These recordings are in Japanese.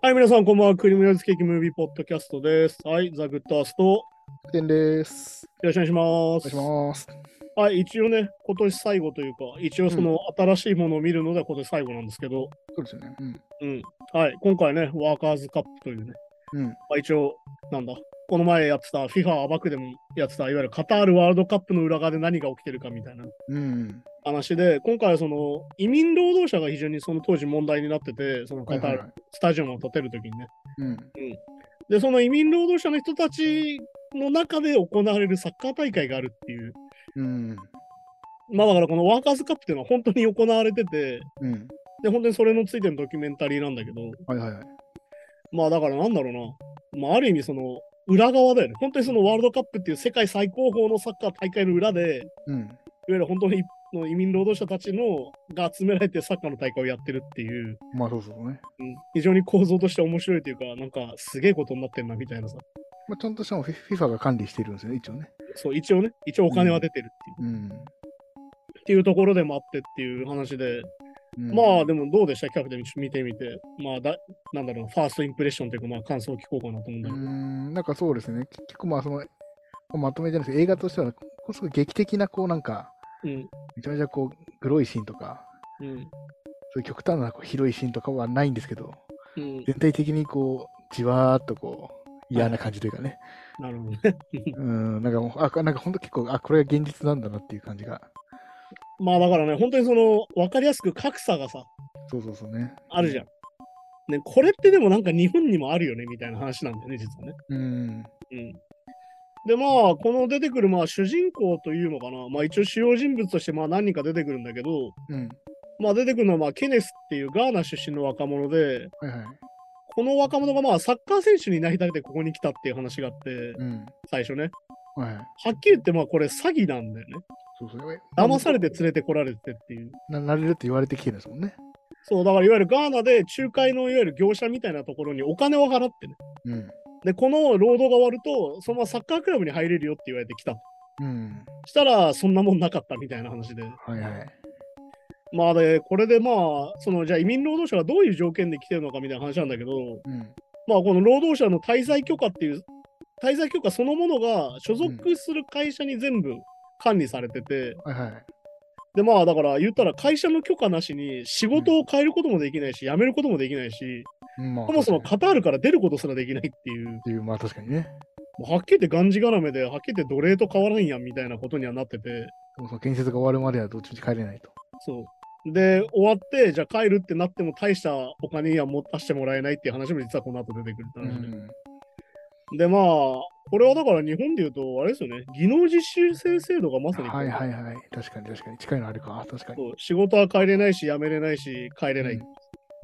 はい、皆さん、こんばんは。クリームナイズケーキムービーポッドキャストです。はい、ザ・グッドアースト、よ点です。 ろしくお願いしまお願いしす。 ます。 はい、一応ね、今年最後というか、一応うん、 新しいものを見るので、今年最後なんですけど、 そうですよね。うん、 うん。はい、今回ね、ワーカーズカップというね、 うん、 一応、なんだ、この前やってた FIFA 暴くでもやってた、いわゆるカタールワールドカップの裏側で何が起きてるかみたいなうん、 話で、今回は移民労働者が非常にその当時問題になってて、そのカタールはいはいはい。 スタジアムを建てるときにね、 うん、 うん。で、その移民労働者の人たちの中で行われるサッカー大会があるっていう。 うん、 まあだからこのワーカーズカップっていうのは本当に行われてて、 うん、 で、本当にそれのついてのドキュメンタリーなんだけど、 はいはいはい。 まあだからなんだろうな。まあある意味裏側だよね。本当にそのワールドカップっていう世界最高峰のサッカー大会の裏で、いわうん、 ゆる本当にの移民労働者たちが集められてサッカーの大会をやってるっていう、 まあそうそうね。 非常に構造として面白いというか、なんかすげえことになってんなみたいなさ。 まあ、ちゃんとしたの FIFA が管理してるんですよね、一応ね。 そう、一応おうん、 金は出てるっていう。 うん、 っていうところでもあってっていう話で、 うん。 まあでもどうでしたキャプテン見てみて、まあなんだろう、ファーストインプレッションというか、まあ感想を聞こうかなと思うんだけど。 なんかそうですね。結構まあまとめじゃないですけど、映画としては、すごい劇的な、なんか、 うん、 めちゃめちゃグロいシーンとか、 うん、 そういう極端な広いシーンとかはないんですけど、 うん。 全体的にじわーっと嫌なはいはい。 感じというかね。 なるほどね。 なんかもう、なんか本当結構、これが現実なんだなっていう感じが。 まあだからね、本当にわかりやすく格差がさ、 そうそうそうね。 あるじゃん。ね、これってでもなんか日本にもあるよね、みたいな話なんだよね、実はね。 うん。 うん。で、まあ、この出てくる、まあ、主人公というのかな。まあ、一応主要人物として、まあ、何人か出てくるんだけど、 うん。 まあ、出てくるのは、まあ、ケネスっていうガーナ出身の若者で、 はいはい。 この若者がまあサッカー選手になりたくてここに来たっていう話があって、 うん。 最初ね。 はいはい。 はっきり言ってまあこれ詐欺なんだよね。 そうそう。まあ、 騙されて連れてこられてっていう。 なれるって言われてきてるんですもんね。 そう、だからいわゆるガーナで仲介のいわゆる業者みたいなところにお金を払ってね。 うん。 で、この労働が終わると、そのままサッカークラブに入れるよって言われてきた。 うん。 したら、そんなもんなかったみたいな話で。 はいはい。 まあで、これでまあ、じゃあ移民労働者がどういう条件で来てるのかみたいな話なんだけど、 うん。 まあこの労働者の滞在許可っていう滞在許可そのものが所うん。 属する会社に全部管理されてて、 はいはい。 で、まあだから言ったら会社の許可なしに仕うん。 事を変えることもできないし、辞めることもできないし、 まあそもそもそうですね。 カタールから出ることすらできないっていう、 っていう、まあ確かにね。 もうはっきり言ってがんじがらめで、はっきり言って奴隷と変わらんやんみたいなことにはなってて、 その建設が終わるまではどっちみち帰れないと。 そう。で、終わって、じゃあ帰るってなっても大したお金には持たせてもらえないっていう話も実はこの後出てくるって話で。 うん。 で、まあ、これはだから日本で言うと、あれですよね、技能実習生制度がまさにこはいれで、 はいはい。確かに確かに。近いのあるか。確かに。 そう仕事は帰れないし、辞めれないし、帰れない。 うん。うん。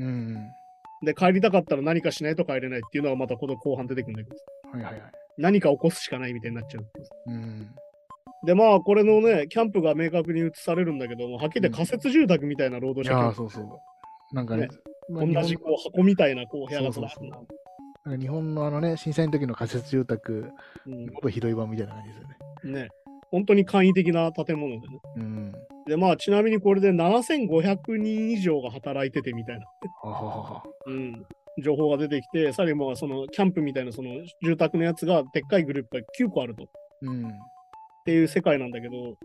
で、帰りたかったら何かしないと帰れないっていうのがまたこの後半出てくるんだけど、 はいはいはい。 何か起こすしかないみたいになっちゃう。 うん。 で、まあ、これのね、キャンプが明確に移されるんだけども、はっきり言ってうん。 仮設住宅みたいな労働いやー、 者キャンプ、 そうそう。なんかね、 ね、 まあ、 同じこう箱みたいなこう部屋そがずらっと。 うそうそう。なんか日本の震災の時の仮設住宅、 うん、 もっとひどい版みたいな感じですよね。 ね、本当に簡易的な建物でね。 うん。 で、まあ、ちなみにこれで7500人以上が働いててみたいな、 はははは。 うん、情報が出てきて、さらにまあ、キャンプみたいな住宅のやつがでっかいグループが9個あると。っうん。 ていう世界なんだけど、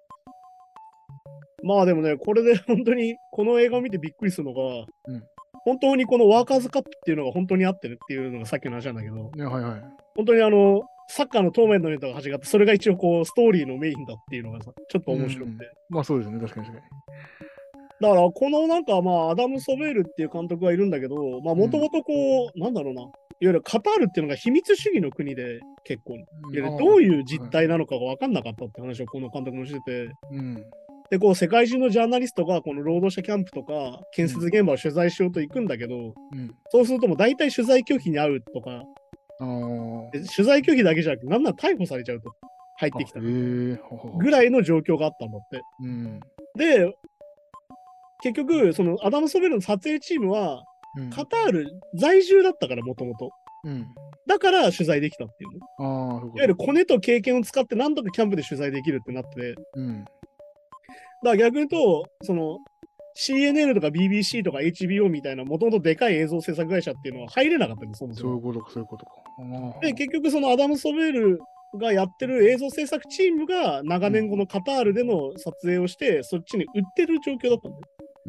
まあでもね、これで本当にこの映画を見てびっくりするのが、 うん。 本当にこのワーカーズカップっていうのが本当にあってるっていうのがさっきの話なんだけど、 いや、はいはい。 本当にサッカーのトーナメントのネタが始まって、それが一応こう、ストーリーのメインだっていうのがさ、ちょっとう面白くん。 て。 まあそうですね、確かに確かだから、このなんかまあ、アダム・ソベールっていう監督がいるんだけど、まあ、 に。うん。 もともとこう、なんだろうな、いわゆるカタールっていうのが秘密主義の国で、結構、いわうん、 ゆるああ、 どういう実はい。 態なのかが分かんなかったって話をこの監督もしてて、 うん。 で、こう、世界中のジャーナリストがこの労働者キャンプとか、建設うん。 現場を取材しようと行くんだけど、 うん。 そうするともう大体取材拒否に遭うとか、 あ取材拒否だけじゃなくて、なんなら逮捕されちゃうと、入ってきたら。 へえ、ほほほ。 ぐらいの状況があったんだって。 うん。 で、結局、そのアダム・ソベルの撮影チームは、 うん。 カタール在住だったから、もともと。 うん。 だから取材できたっていうね。 ああ、そういういわゆることか。 コネと経験を使って何とかキャンプで取材できるってなって、だかうん。 ら逆に言うと、 CNN とか BBC とか HBO みたいな、もともとでかい映像制作会社っていうのは入れなかったんです、そもそも。 そういうことか、そういうことか。 で、結局そのアダム・ソベールがやってる映像制作チームが長年後のカタールでの撮影をして、そっちに売ってる状況だったんで。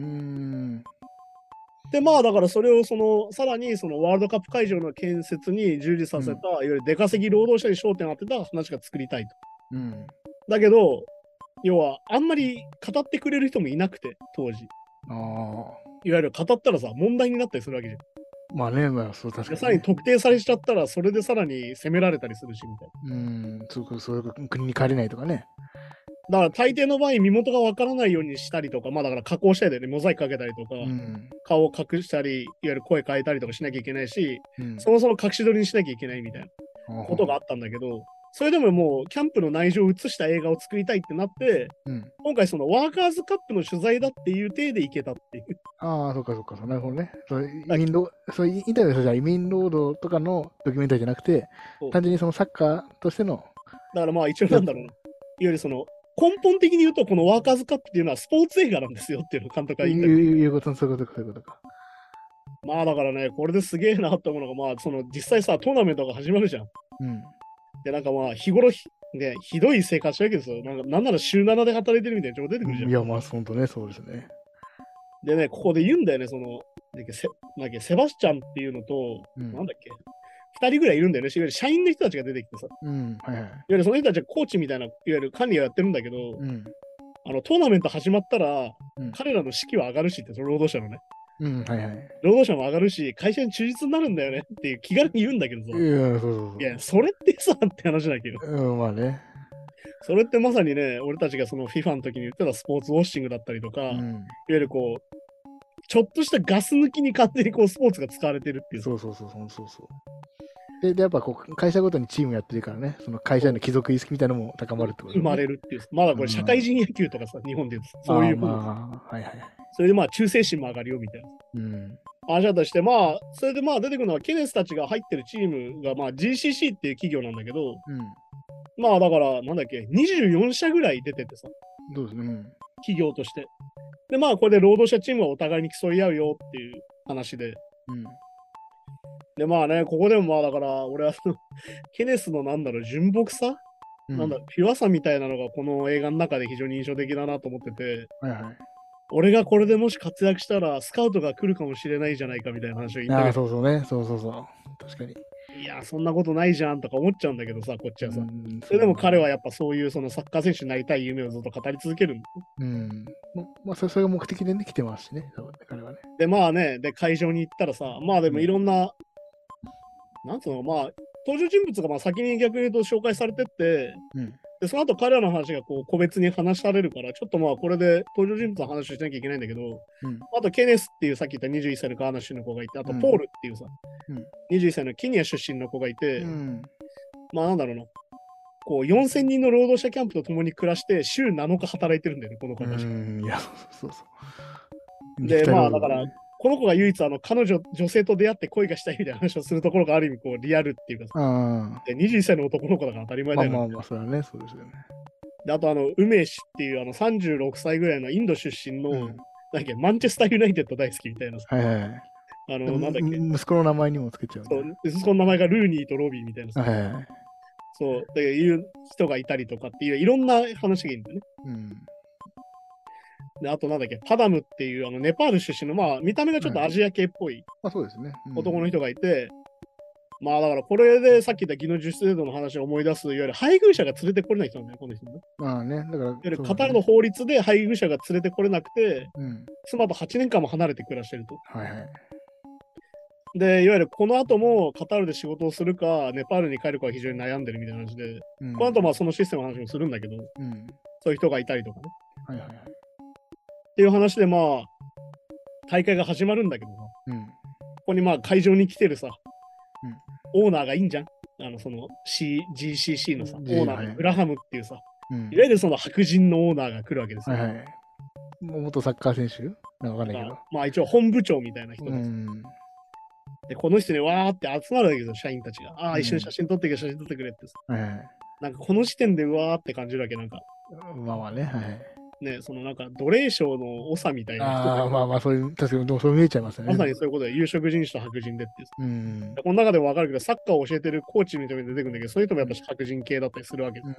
で、まあだからそれをさらにそのワールドカップ会場の建設に従事させた、いわゆる出稼ぎ労働者に焦点を当てた話が作りたいと。だけど、要はあんまり語ってくれる人もいなくて、当時。いわゆる語ったらさ、問題になったりするわけじゃん。 まあね、まあそう確かに、ね。 さらに特定されちゃったら、それでさらに責められたりするし、みたいな。そういう国に帰れないとかね。 だから大抵の場合、身元がわからないようにしたりとか、まあだから加工したりでね、モザイクかけたりとか、顔を隠したり、いわゆる声変えたりとかしなきゃいけないし、そもそも隠し撮りにしなきゃいけないみたいなことがあったんだけど、それでももうキャンプの内情を映した映画を作りたいってなって、今回そのワーカーズカップの取材だっていう体で行けたっていう。 ああ、そうかそうか、なるほどね。そういうインタビューで移民労働とかのドキュメンタリーじゃなくて、単純にそのサッカーとしての。 だからまあ一応なんだろうな。いわゆるその根本的に言うと、このワーカーズカップっていうのはスポーツ映画なんですよっていうのを監督が言ったり。 いうこと、そういうことか。 まあだからね、これですげえなって思うのが、まあその実際さ、トーナメントが始まるじゃん。で、なんかまあ日頃ね、ひどい生活したわけですよ。なんなら週7で働いてるみたいな情報出てくるじゃん。 いや、まあ本当ね、そうですね。 でね、ここで言うんだよね、セバスチャンっていうのと、なんだっけ、2人ぐらいいるんだよね。いわゆる社員の人たちが出てきてさ。いわゆるその人たちはコーチみたいな、いわゆる管理をやってるんだけど、トーナメント始まったら、彼らの士気は上がるしって、その労働者のね。労働者も上がるし、会社に忠実になるんだよねっていう気軽に言うんだけどさ。いや、それってさって話だけど。 まあね。 それってまさにね、俺たちがその FIFA の時に言ってたスポーツウォッシングだったりとか、いわゆるこう、ちょっとしたガス抜きに勝手にこうスポーツが使われてるっていう。 そう。で、やっぱこう会社ごとにチームやってるからね、その会社への貴族意識みたいなのも高まるってこと、 生まれるっていう。まだこれ社会人野球とかさ、日本で言うとそういうこと。それでまあ忠誠心も上がるよみたいな。話だとして、まあ、それでまあ出てくるのはケネスたちが入ってるチームがまあ GCC っていう企業なんだけど、まあだから、なんだっけ、24社ぐらい出ててさ。 そうですね。 企業として。で、まあこれで労働者チームはお互いに競い合うよっていう話で。で、まあね、ここでもまあだから、俺はケネスのなんだろう、純朴さ、なんだろう、ピュアさみたいなのがこの映画の中で非常に印象的だなと思ってて、俺がこれでもし活躍したらスカウトが来るかもしれないじゃないかみたいな話を言ったけど。 そうね。そう。確かに。 いや、そんなことないじゃんとか思っちゃうんだけどさ、こっちはさ。それでも彼はやっぱそういうそのサッカー選手になりたい夢をずっと語り続けるんだ。 まあ、それが目的でね、来てますしね、彼はね。 で、まあね、で、会場に行ったらさ、まあでもいろんな、なんつうの、まあ、登場人物がまあ先に逆に言うと紹介されてって、で、その後彼らの話がこう個別に話されるから、ちょっとまあこれで登場人物の話をしなきゃいけないんだけど、あとケネスっていうさっき言った21歳のガーナ州の子がいて、あとポールっていうさ、21歳のケニア出身の子がいて、まあなんだろうな、こう4000人の労働者キャンプと共に暮らして週7日働いてるんだよね、この子たち。 いや、そう。 で、まあだから、この子が唯一彼女、女性と出会って恋がしたいみたいな話をするところがある意味こうリアルっていうかさ、で21歳の男の子だから当たり前だよね。 まあ、それはね、そうですよね。 で、あとウメーシっていう36歳ぐらいのインド出身の、なんだっけ、マンチェスターユナイテッド大好きみたいなさ。なんだっけ。 息子の名前にもつけちゃう、 そう、息子の名前がルーニーとロビーみたいなさ。そう、でいう人がいたりとかっていういろんな話がいいんだよね。で、あとなんだっけ、パダムっていうネパール出身の、まあ見た目がちょっとアジア系っぽい男の人がいて、まあだからこれでさっき言った技能実制度の話を思い出す、いわゆる配偶者が連れてこれない人なんだよ、この人ね。 まあね、だから。いわゆるカタールの法律で配偶者が連れてこれなくて、妻と8年間も離れて暮らしてると。で、いわゆるこの後もカタールで仕事をするか、ネパールに帰るかは非常に悩んでるみたいな話で、この後まあそのシステムの話もするんだけど、そういう人がいたりとかね。っていう話でまあ、大会が始まるんだけどさ、ここにまあ会場に来てるさ、オーナーがいいんじゃんGCC のさ、オーナーのグラハムっていうさ、いわゆるその白人のオーナーが来るわけですよ。 元サッカー選手なんかわかんないけど。 まあ一応本部長みたいな人です。で、この人にわーって集まるわけですよ、社員たちが。ああ、一緒に写真撮ってくれ、写真撮ってくれってさ。なんかこの時点でうわーって感じるわけ、なんか。 まあね、 ね、そのなんか奴隷商の長みたいな人ああ、まあまあ、そういう、確かに、でもそう見えちゃいますよね。 まさにそういうことで、有色人種と白人でっていう。 うん。 この中でも分かるけど、サッカーを教えてるコーチみたいなの出てくるんだけど、そういう人もやっぱ白人系だったりするわけで。 うん。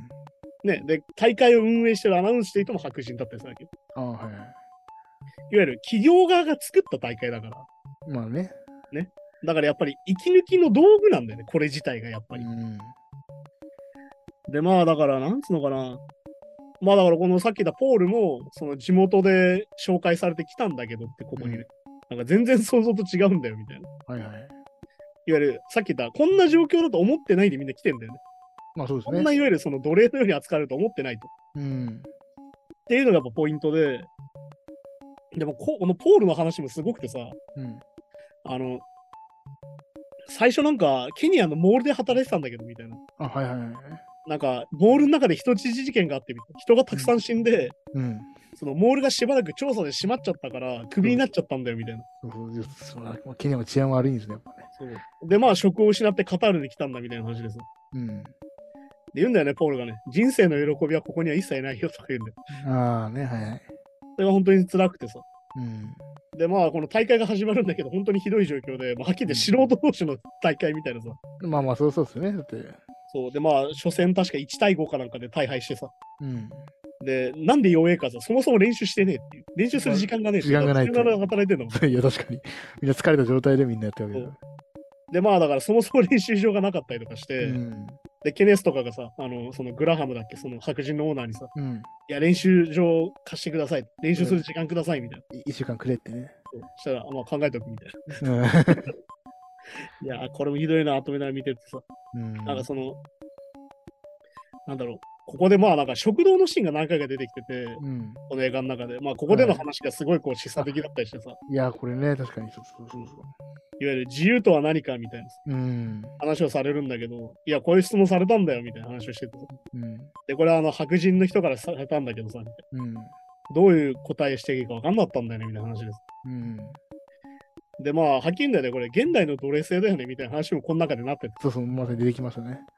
ね、で、大会を運営してるアナウンスしてる人も白人だったりするわけ。 ああ、はいはい。 いわゆる企業側が作った大会だから。 まあね。 ね。だからやっぱり息抜きの道具なんだよね、これ自体がやっぱり。 うん。 で、まあだから、なんつうのかな。まあだからこのさっき言ったポールも、その地元で紹介されてきたんだけどって、ここにね。なんか全然想像と違うんだよみたいな。 はいはい。 いわゆるさっき言った、こんな状況だと思ってないでみんな来てんだよね。 まあそうですね。 こんないわゆるその奴隷のように扱われると思ってないと。 うん。 っていうのがやっぱポイントで、でもこのポールの話もすごくてさ、 うん。 あの、最初なんかケニアのモールで働いてたんだけどみたいな。 あ、はいはいはい。 なんかモールの中で人質事件があってみたいな。人がたくさん死んで、 うん。 そのモールがしばらく調査で閉まっちゃったからクビになっちゃったんだよみたいな。 そうケニアも治安悪いんですね、やっぱね。 そうで、まあ職を失ってカタールに来たんだみたいな話です。 うん。 で言うんだよね、ポールがね。人生の喜びはここには一切ないよとか言うんだよ。 ああね、はいはい。 それが本当に辛くてさ。 うん。 で、まあ、この大会が始まるんだけど、本当にひどい状況で、まあ、はっきり言って素人同士の大会みたいなさ。 まあまあ、そうですね。だって。 そう。で、まあ、初戦確か1対5かなんかで大敗してさ。 うん。 で、なんで弱えかさ、そもそも練習してねえっていう。練習する時間がねえし、 時間がないって。 働いてんだもん。 いや、確かに。みんな疲れた状態でみんなやってるわけだ。 で、まあ、だからそもそも練習場がなかったりとかして、 うん。 で、ケネスとかがさ、そのグラハムだっけ、その白人のオーナーにさ、 うん。 いや、練習場貸してください。練習する時間ください、みたいな。 1週間くれってね。 そしたら、まあ、考えとくみたいな。 うん。 いや、これもひどいな、とめながら見ててさ。 うん。 なんかその、なんだろう、ここでまあなんか食堂のシーンが何回か出てきてて、 うん、 この映画の中で、まあここでの話がすごいこう示唆的だったりしてさ、 いや、これね、確かにそうそうそう。 いわゆる自由とは何かみたいな話をされるんだけど、いや、こういう質問されたんだよみたいな話をしてて、 うん、 で、これは白人の人からされたんだけどさ、 うん、 どういう答えしていいか分かんなかったんだよねみたいな話です。 うん、 で、まあ、はっきり言うんだよね、これ、現代の奴隷制だよねみたいな話もこの中でなってて。 そうそう、まさに出てきますよね。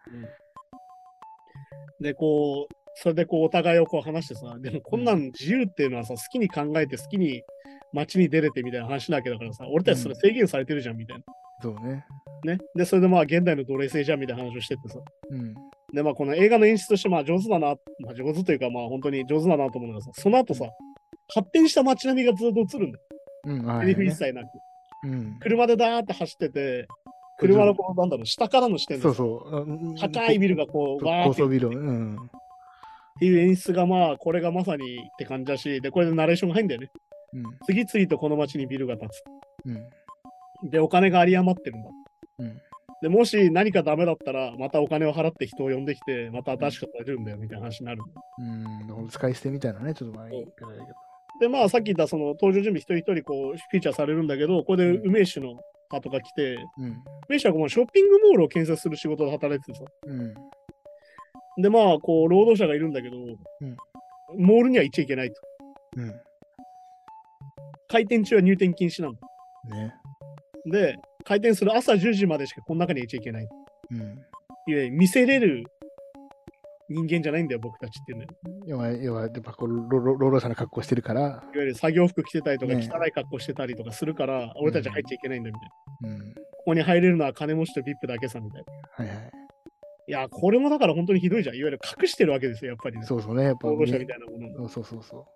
で、こう、それでこうお互いをこう話してさ、でもこんなん自由っていうのはさ、好きに考えて好きに街に出れてみたいな話なわけだからさ、俺たちそれ制限されてるじゃんみたいな。 そうね。 ね。で、それでまあ現代の奴隷制じゃんみたいな話をしてってさ。 うん。 で、まあこの映画の演出としてまあ上手だな、まあ上手というかまあ本当に上手だなと思うのがさ、その後さ、発展した街並みがずっと映るんだよ。 うん、はい、 セリフ一切なく。 うん。 車でダーって走ってて、車のこう、なんだろう、下からの視点で、 そうそう。 高いビルがこう、わーって。 高層ビル、うん。 っていう演出がまあ、これがまさにって感じだし、で、これでナレーションが入るんだよね。 うん、 次々とこの街にビルが建つ。 うん、 で、お金が有り余ってるんだ。 うん、 で、もし何かダメだったら、またお金を払って人を呼んできて、また新しくされるんだよみたいな話になる。 うん、使い捨てみたいなね、ちょっと前に。 で、まあ、さっき言ったその登場準備一人一人こう、フィーチャーされるんだけど、これで梅酒のパートが来て、梅酒はこのショッピングモールを建設する仕事で働いててさ。で、まあ、こう、労働者がいるんだけど、モールには行っちゃいけないと。開店中は入店禁止なんだ。ね。で、開店する朝10時までしかこの中に行っちゃいけない。いや、見せれる人間じゃないんだよ、僕たちっていうの。要は、やっぱこう労働者の格好してるから。いわゆる作業服着てたりとか、汚い格好してたりとかするから、俺たち入っちゃいけないんだみたいな。ここに入れるのは金持ちと VIP だけさ、みたいな。はいはい。いや、これもだから本当にひどいじゃん。いわゆる隠してるわけですよ、やっぱりね。 そうそうね、やっぱ。 労働者みたいなもの。 そうそうそう。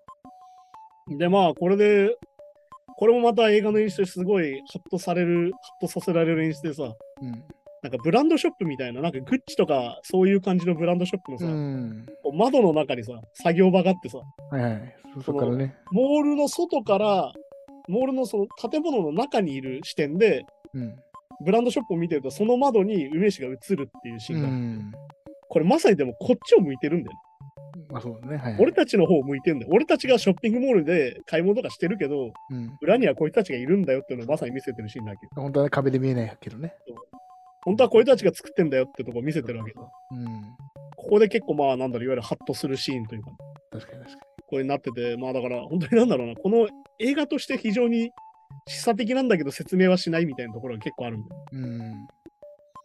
で、まあ、これもまた映画の演出ですごいハッとさせられる演出でさ、なんかブランドショップみたいな、なんかグッチとかそういう感じのブランドショップのさ、窓の中にさ、作業場があってさ、 はいはい、そこからね。 モールの外から、モールのその建物の中にいる視点で、ブランドショップを見てると、その窓に梅酒が映るっていうシーンがあって、これまさにでもこっちを向いてるんだよね。 まあそうね、はいはい、 俺たちの方を向いてるんだよ。俺たちがショッピングモールで買い物とかしてるけど、裏にはこういう人たちがいるんだよっていうのをまさに見せてるシーンだけど。 本当は壁で見えないけどね。 本当はこういう人たちが作ってんだよってとこを見せてるわけだ。ここで結構まあなんだろう、いわゆるハッとするシーンというか、 確かに確かに。 これになってて、まあだから本当になんだろうな、この映画として非常に示唆的なんだけど説明はしないみたいなところが結構あるんだよ。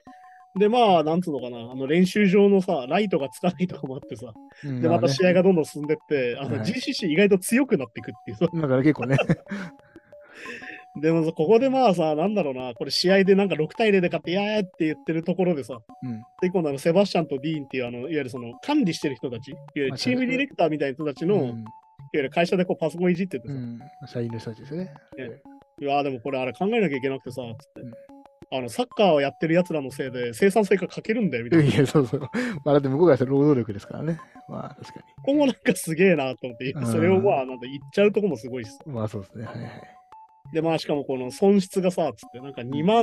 で、まあ、なんつうのかな、練習場のさ、ライトがつかないとかもあってさ、で、また試合がどんどん進んでって、GCC 意外と強くなっていくっていうさ。 だから結構ね。 でもここでまあさ、なんだろうな、これ試合でなんか6対0で勝って、やーって言ってるところでさ、で、今度セバスチャンとディーンっていう、いわゆるその管理してる人たち、いわゆるチームディレクターみたいな人たちの、いわゆる会社でこうパソコンいじっててさ、 社員の人たちですね。 いやでもこれあれ考えなきゃいけなくてさ、つって。サッカーをやってる奴らのせいで生産性が欠けるんだよみたいな。 いや、そうそう。まあ、だって向こうがしたら労働力ですからね。まあ、確かに。 ここもなんかすげえなと思って、それをまあ、なんか言っちゃうとこもすごいしさ。 まあ、そうですね。はいはい。 で、まあ、しかもこの損失がさ、つって、なんか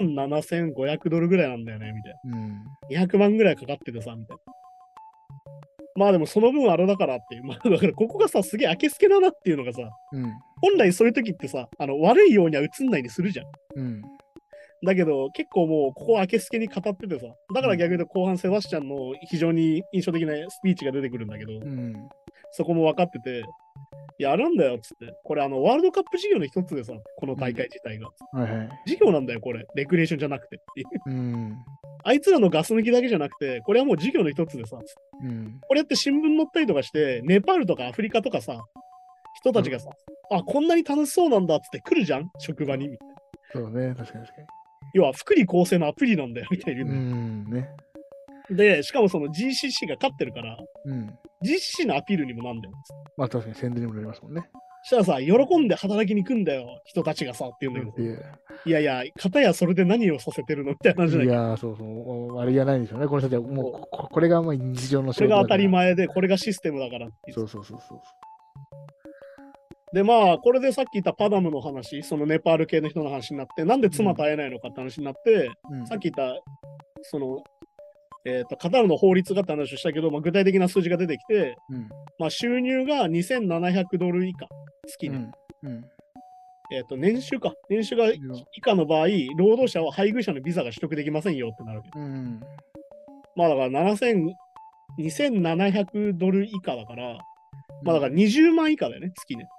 27,500ドルぐらいなんだよね、みたいな。200万ぐらいかかっててさ、みたいな。まあでもその分あれだからっていう。まあだからここがさ、すげえ明けすけだなっていうのがさ、本来そういう時ってさ、悪いようには映んないにするじゃん。だけど結構もうここ明けすけに語っててさ、だから逆に言うと後半セバスチャンの非常に印象的なスピーチが出てくるんだけど、そこも分かってて、やるんだよっつって。これワールドカップ事業の一つでさ、この大会自体が。事業なんだよ、これ。レクリエーションじゃなくて。あいつらのガス抜きだけじゃなくて、これはもう事業の一つでさ、これって新聞載ったりとかして、ネパールとかアフリカとかさ、人たちがさ、あ、こんなに楽しそうなんだっつって来るじゃん、職場に。みたいな。 そうね、確かに確かに。 要は、福利厚生のアプリなんだよ、みたいな言うんだよ。で、しかもその GCC が勝ってるから、GCC のアピールにもなんだよ。 まあ確かに宣伝にもなりますもんね。 したらさ、喜んで働きに行くんだよ、人たちがさ、って言うんだけど。いやいや、片やそれで何をさせてるのみたいな話だけど。 いや、そうそう、あれじゃないんでしょうね。この人たちはもう、これがまあ日常の仕事だから。これが当たり前で、これがシステムだからっていう。 そうそうそうそう。 で、まあ、これでさっき言ったパダムの話、そのネパール系の人の話になって、なんで妻と会えないのかって話になって、さっき言った、その、カタールの法律がって話をしたけど、まあ、具体的な数字が出てきて、まあ、収入が2700ドル以下、月で。年収か。年収が以下の場合、労働者は配偶者のビザが取得できませんよってなるわけ。まあだから2700ドル以下だから、まあだから20万以下だよね、月ね。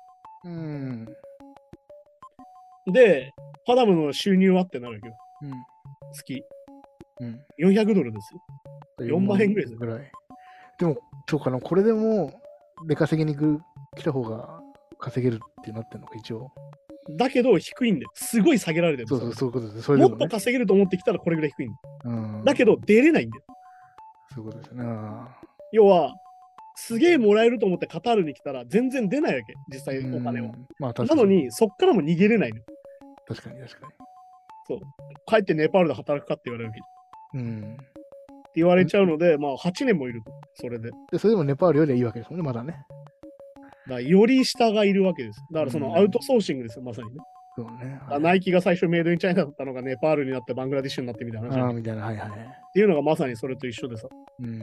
で、パダムの収入はってなるわけよ。月。400ドルですよ。4万円ぐらいですよ。 でも、そうかな、これでも出稼ぎに来た方が稼げるってなってるのか、一応。 だけど低いんで、すごい下げられてる。 そういうことです。 もっと稼げると思ってきたらこれぐらい低いんだ。だけど出れないんだよ。 そういうことですね。 要は、すげえもらえると思ってカタールに来たら全然出ないわけ、実際お金は。なのに、そっからも逃げれないの。 確かに確かに。 そう。帰ってネパールで働くかって言われるわけ。って言われちゃうので、まあ8年もいると、それで。 それでもネパールよりはいいわけですもんね、まだね。 だからより下がいるわけです。だからそのアウトソーシングですよ、まさにね。そうね。ナイキが最初メイドインチャイナだったのがネパールになってバングラディッシュになってみたいな話。 みたいな、はいはい。 っていうのがまさにそれと一緒でさ。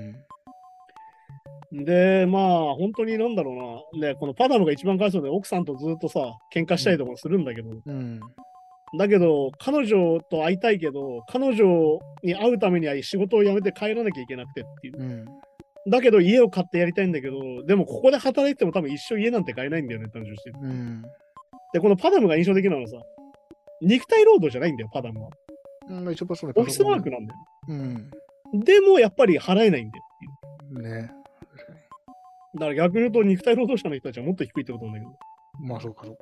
で、まあ、本当になんだろうな。ね、このパダムが一番かわいそうで、奥さんとずっとさ、喧嘩したりとかするんだけど、だけど、彼女と会いたいけど、彼女に会うためには仕事を辞めて帰らなきゃいけなくてっていう。だけど、家を買ってやりたいんだけど、でもここで働いても多分一生家なんて買えないんだよねって話をしてる。で、このパダムが印象的なのはさ、肉体労働じゃないんだよ、パダムは。オフィスワークなんだよ。でも、やっぱり払えないんだよっていう。ね。だから逆に言うと肉体労働者の人たちはもっと低いってことなんだけど。 まあそうかそうか。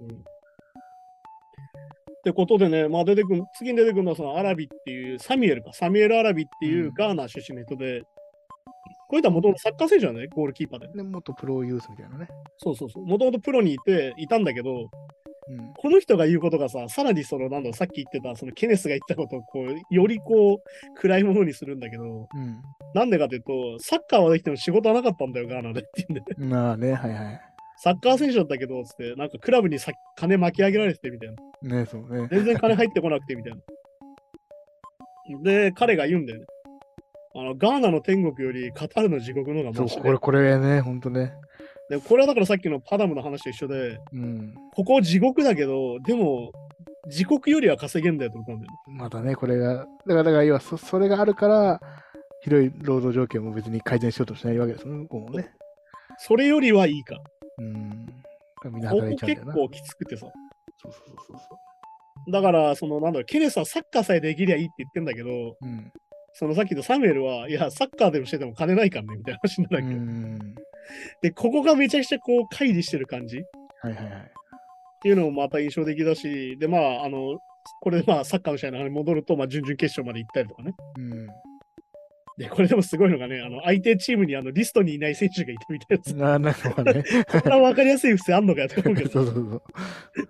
ってことでね、まあ次に出てくるのはそのアラビっていう、サミュエル・アラビっていうガーナ出身の人で、こういったもともとサッカー選手なんだね、ゴールキーパーで。 元プロユースみたいなね。 そうそうそう。もともとプロにいたんだけど、この人が言うことがさ、さらにその、なんだろう、さっき言ってた、そのケネスが言ったことを、こう、よりこう、暗いものにするんだけど、なんでかというと、サッカーはできても仕事はなかったんだよ、ガーナでって言うんで。 まあね、はいはい。 サッカー選手だったけど、つって、なんかクラブに金巻き上げられててみたいな。 ね、そうね。 全然金入ってこなくてみたいな。で、彼が言うんだよね。ガーナの天国よりカタールの地獄の方がマシで。 そう、これね、ほんとね。 で、これはだからさっきのパダムの話と一緒で、ここ地獄だけど、でも、自国よりは稼げんだよってことなんだよね。 またね、これが、だから要はそれがあるから、広い労働条件も別に改善しようとしないわけです向こうもね。 それよりはいいか。 みんな働いちゃうんだよな。ここ結構きつくてさ。 そう。 だから、その、なんだろう、ケネスはサッカーさえできりゃいいって言ってんだけど、 そのさっきのサミュエルは、いや、サッカーでもしてても金ないからね、みたいな話になるわけど。で、ここがめちゃくちゃこう、乖離してる感じ。 はいはいはい。 っていうのもまた印象的だし、で、まあ、これでまあ、サッカーの試合の話に戻ると、まあ、準々決勝まで行ったりとかね。で、これでもすごいのがね、相手チームにリストにいない選手がいたみたいな。 なんかね。 こんな分かりやすい不正あんのかよって思うけど。 そうそうそう。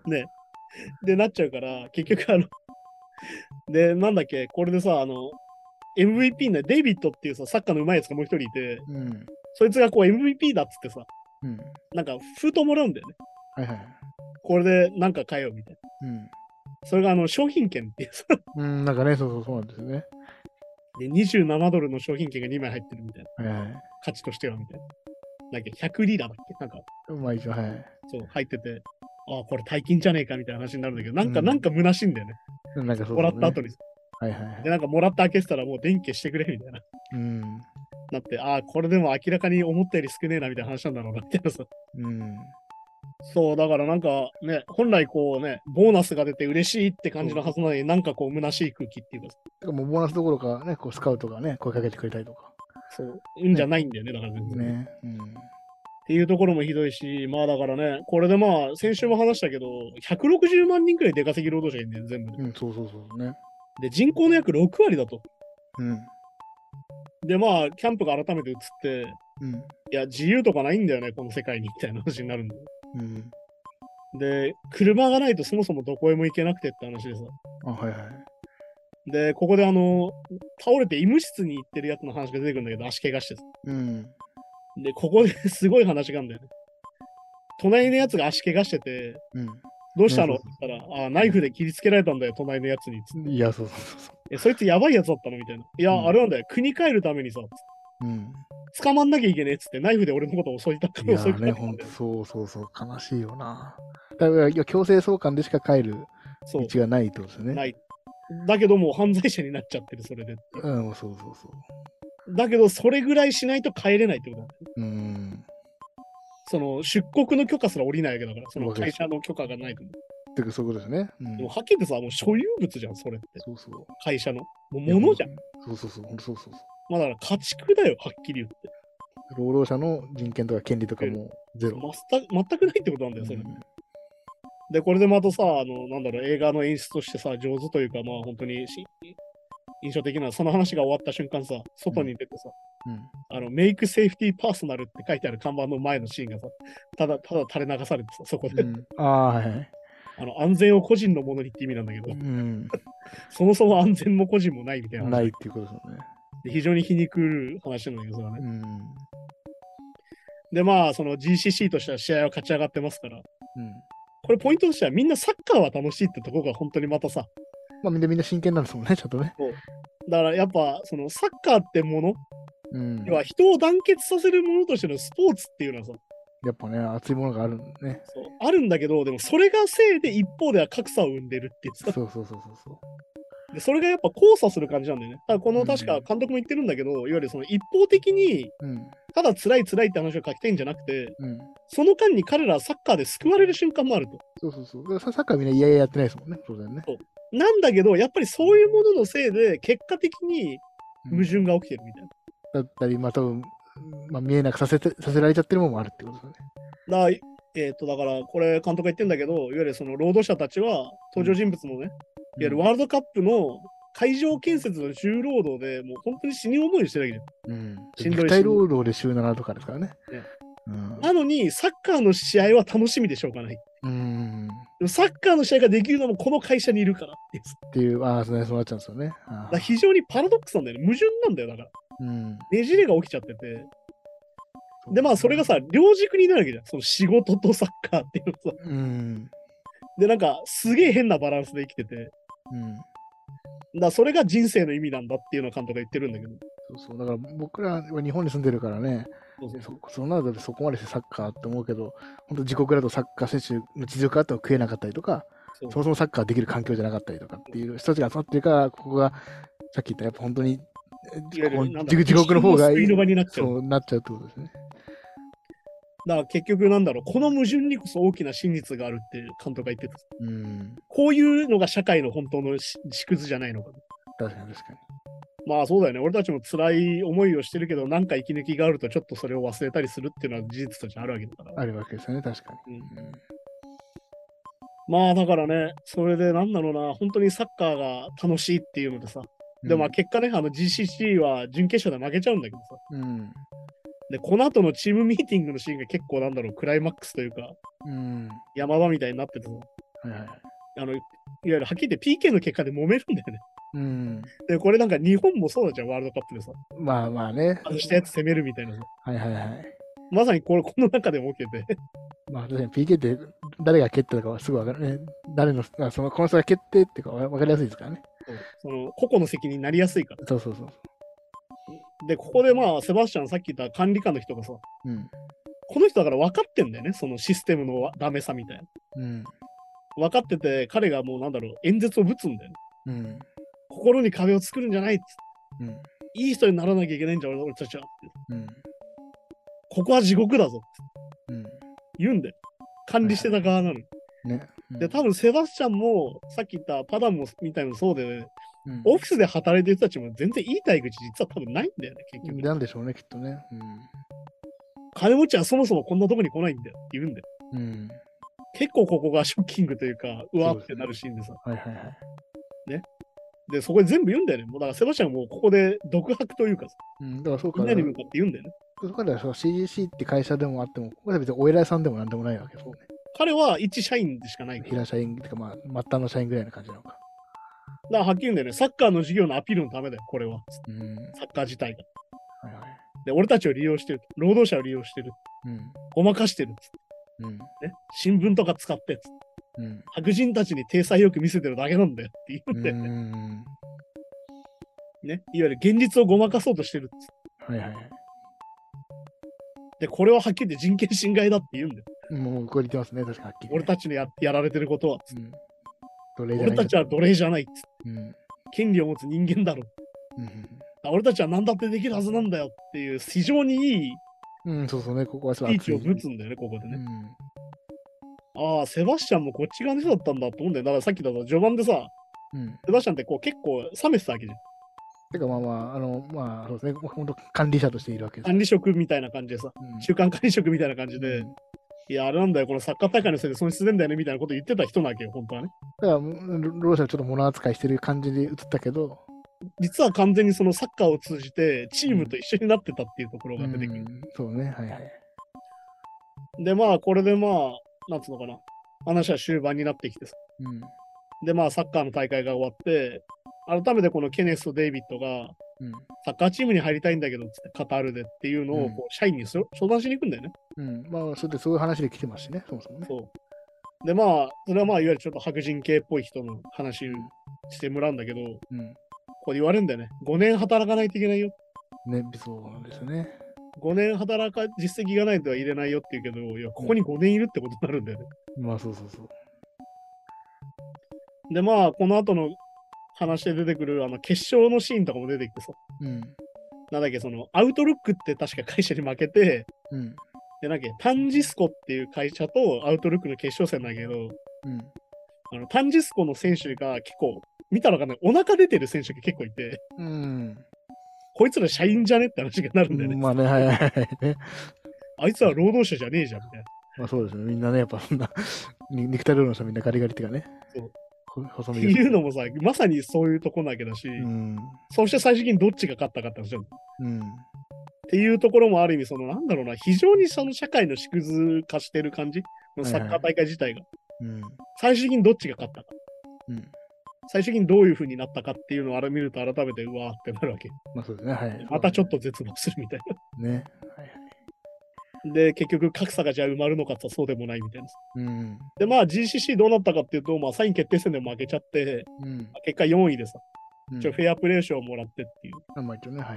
ね。で、なっちゃうから、結局で、なんだっけ、これでさ、MVP のデイビッドっていうさ、サッカーの上手いやつがもう一人いて、そいつがこう MVP だっつってさ、なんか封筒もらうんだよね。 はいはい。 これでなんか買えよみたいな。それが商品券っていうさ。 なんかね、そうなんですよね。 で、27ドルの商品券が2枚入ってるみたいな。 はいはい。 価値としてはみたいな。だっけ、100リラだっけなんか。 まあ一応、はい。 そう、入ってて、ああ、これ大金じゃねえかみたいな話になるんだけど、なんか虚しいんだよね。 なんかそう、 もらった後に。 はいはい。 で、なんかもらって開けてたらもう電気してくれみたいな。なって、ああ、これでも明らかに思ったより少ねえなみたいな話なんだろうなみたいなさ。そう、だからなんかね、本来こうね、ボーナスが出て嬉しいって感じのはずなのに、なんかこう虚しい空気っていうか。 もうボーナスどころかね、こうスカウトがね、声かけてくれたりとか。 そう、いいんじゃないんだよね、だから全然。 ね。 っていうところもひどいし、まあだからね、これでまあ、先週も話したけど、160万人くらい出稼ぎ労働者いるんだよ、全部で。 そうね。 で、人口の約6割だと。で、まあ、キャンプが改めて移って、いや、自由とかないんだよね、この世界に、みたいな話になるんだよ。で、車がないとそもそもどこへも行けなくてって話でさ。 はいはい。 で、ここで倒れて医務室に行ってるやつの話が出てくるんだけど、足怪我してさ。で、ここですごい話があるんだよね。隣のやつが足怪我してて、どうしたのって言ったら、ナイフで切りつけられたんだよ、隣のやつに。 いや、そう。 そいつやばいやつだったのみたいな。いや、あれなんだよ、国帰るためにさ、捕まんなきゃいけねえっつって、ナイフで俺のことを襲いたって襲いたね、ほんと、そう、悲しいよな。だから、強制送還でしか帰る道がないってことですよね。 ない。だけどもう犯罪者になっちゃってる、それで。 そう。 だけど、それぐらいしないと帰れないってことだ、その出国の許可すら下りないわけだから、その会社の許可がないと。 てかそういうことですね。 でもはっきり言ってさ、もう所有物じゃん、それって。 そう。 会社の。もう物じゃん。 そう。 まあだから家畜だよ、はっきり言って。 労働者の人権とか権利とかもゼロ。 全くないってことなんだよ、それ。で、これでまたさ、映画の演出としてさ、上手というか、まあ本当に印象的な、その話が終わった瞬間さ、外に出てさ、メイクセーフティーパーソナルって書いてある看板の前のシーンがさ、ただ垂れ流されてさ、そこで。 はい。 安全を個人のものにって意味なんだけど、そもそも安全も個人もないみたいな。 ないっていうことですよね。 で非常に皮肉る話なんだけど、それはね。で、まあ、その GCC としては試合は勝ち上がってますから、これポイントとしてはみんなサッカーは楽しいってところが本当にまたさ、 まあみんな真剣なんですもんね、ちょっとね。 だからやっぱ、そのサッカーってもの、要は人を団結させるものとしてのスポーツっていうのはさ、 やっぱね、熱いものがあるね。 そうあるんだけど、でもそれがせいで一方では格差を生んでるっていうさ。 そう。 でそれがやっぱ交差する感じなんだよね。だからこの確か監督も言ってるんだけど、いわゆるその一方的に、ただ辛いって話を書きたいんじゃなくて、その間に彼らはサッカーで救われる瞬間もあると。 そう。サッカーみんな嫌々やってないですもんね。そうだよね。 なんだけど、やっぱりそういうもののせいで、結果的に矛盾が起きてるみたいな。 だったり、まあ多分、見えなくさせられちゃってるものもあるってことですよね。 だから、これ監督が言ってんだけど、いわゆるその労働者たちは、登場人物もね、いわゆるワールドカップの会場建設の重労働でもう本当に死に思いしてるわけじゃん。 しんどい。肉体労働で週7とかですからね。 なのに、サッカーの試合は楽しみでしょうがない。でもサッカーの試合ができるのもこの会社にいるからっていう、そうなっちゃうんですよね。 非常にパラドックスなんだよね。矛盾なんだよ、だから。ねじれが起きちゃってて。で、まあ、それがさ、両軸になるわけじゃん。その仕事とサッカーっていうのさ。で、なんか、すげえ変なバランスで生きてて。それが人生の意味なんだっていうのを監督が言ってるんだけど。 そう。だから僕らは日本に住んでるからね、そのなるとそこまでしてサッカーって思うけど、本当自国だとサッカー選手の実力があっても食えなかったりとか、そもそもサッカーできる環境じゃなかったりとかっていう人たちが集まってるから、ここがさっき言ったやっぱ本当に地獄の方がそうなっちゃうってことですね。 だから結局なんだろう、この矛盾にこそ大きな真実があるって監督が言ってた。こういうのが社会の本当の縮図じゃないのかな。 確かに。 まあそうだよね。俺たちも辛い思いをしてるけど、なんか息抜きがあるとちょっとそれを忘れたりするっていうのは事実としてあるわけだから。 あるわけですよね、確かに。 まあだからね、それでなんだろうな、本当にサッカーが楽しいっていうのでさ。で、まあ結果ね、GCC は準決勝で負けちゃうんだけどさ。で、この後のチームミーティングのシーンが結構なんだろう、クライマックスというか、山場みたいになっててさ。いわゆるはっきり言って PK の結果で揉めるんだよね。で、これなんか日本もそうだじゃん、ワールドカップでさ。 まあまあね。 したやつ攻めるみたいなさ。 はいはいはい。 まさにこの中でも起きてて。 まあ確かに PK って誰が蹴ったかはすぐ分かるね。誰の、この人が蹴ってっていうか分かりやすいですからね。 その個々の責任になりやすいから。 そうそうそう。 で、ここでまあ、セバスチャン、さっき言った管理官の人がさ、この人だから分かってんだよね、そのシステムのダメさみたいな。分かってて、彼がもうなんだろう、演説をぶつんだよね。心に壁を作るんじゃないっつって。いい人にならなきゃいけないんじゃん、俺たちは。ここは地獄だぞって。言うんだよ。管理してた側なのに。で、多分セバスチャンも、さっき言ったパダンもみたいなのそうで、オフィスで働いてる人たちも全然いい待遇実は多分ないんだよね、結局。 なんでしょうね、きっとね。 金持ちはそもそもこんなとこに来ないんだよって言うんだよ。結構ここがショッキングというか、うわってなるシーンでさ。ね。で、そこで全部言うんだよね。もうだからセバスチャンもここで独白というかさ。だからそうか。みんなに向かって言うんだよね。 そこでは CGC って会社でもあっても、ここでは別にお偉いさんでもなんでもないわけですね。 彼は一社員でしかないから。 平社員っていうか、まあ、末端の社員ぐらいな感じなのか。 だからはっきり言うんだよね。サッカーの授業のアピールのためだよ、これは。サッカー自体が。で、俺たちを利用してる。労働者を利用してる。ごまかしてる。ね、新聞とか使って。白人たちに体裁よく見せてるだけなんだよって言うんだよね。ね。いわゆる現実をごまかそうとしてる。で、これははっきり言って人権侵害だって言うんだよ。 もうこれ言ってますね、確かはっきり、 俺たちのやられてることは。俺たちは奴隷じゃないっつって。権利を持つ人間だろ。俺たちは何だってできるはずなんだよっていう非常にいいそうそうね、ここはスピーチをぶつんだよね、ここでね。ああ、セバスチャンもこっち側の人だったんだと思うんだよ。だからさっきだと序盤でさ、セバスチャンってこう結構冷めてたわけじゃん。 てかまあまあ、そうですね、本当管理者としているわけです。 管理職みたいな感じでさ、中間管理職みたいな感じで、いや、あれなんだよ、このサッカー大会のせいで損失出んだよねみたいなこと言ってた人なわけよ、本当はね。 だから、ローシャはちょっと物扱いしてる感じで映ったけど、 実は完全にそのサッカーを通じてチームと一緒になってたっていうところが出てくる。 そうね、はいはい。 で、まあ、これでまあ、なんつうのかな、話は終盤になってきてさ。で、まあ、サッカーの大会が終わって、改めてこのケネスとデイビッドが、サッカーチームに入りたいんだけど、つってカタールでっていうのをこう社員に相談しに行くんだよね。 まあ、そういう話で来てますしね、そもそもね。 そう。で、まあ、それはまあ、いわゆるちょっと白人系っぽい人の話してもらうんだけど、これ言われるんだよね。5年働かないといけないよ。 ね、そうなんですよね。 5年実績がないとは入れないよって言うけど、いや、ここに5年いるってことになるんだよね。 まあ、そうそうそう。 で、まあ、この後の話で出てくる決勝のシーンとかも出てきてさ。なんだっけ、その、アウトルックって確か会社に負けて、で、なんだっけ、タンジスコっていう会社とアウトルックの決勝戦だけど、タンジスコの選手が結構、見たのかな、お腹出てる選手が結構いて、こいつら社員じゃねって話がなるんだよね。 まあね、はいはいはい。 あいつは労働者じゃねえじゃんみたいな。 まあそうですね、みんなね、やっぱそんな、肉体労働の人みんなガリガリっていうかね。 そう。っていうのもさ、まさにそういうとこなわけだし、そして最終的にどっちが勝ったかって話じゃん。っていうところもある意味、そのなんだろうな、非常にその社会の縮図化してる感じのサッカー大会自体が。最終的にどっちが勝ったか。最終的にどういう風になったかっていうのを見ると改めてうわーってなるわけ。 まあそうですね、はい。 またちょっと絶望するみたいな。ね。はいはい。で、結局格差がじゃあ埋まるのかってそうでもないみたいな。で、まあ GCC どうなったかっていうと、まあ3位決定戦でも負けちゃって、結果4位でさ、フェアプレー賞をもらってっていう。 まあ一応ね、はい。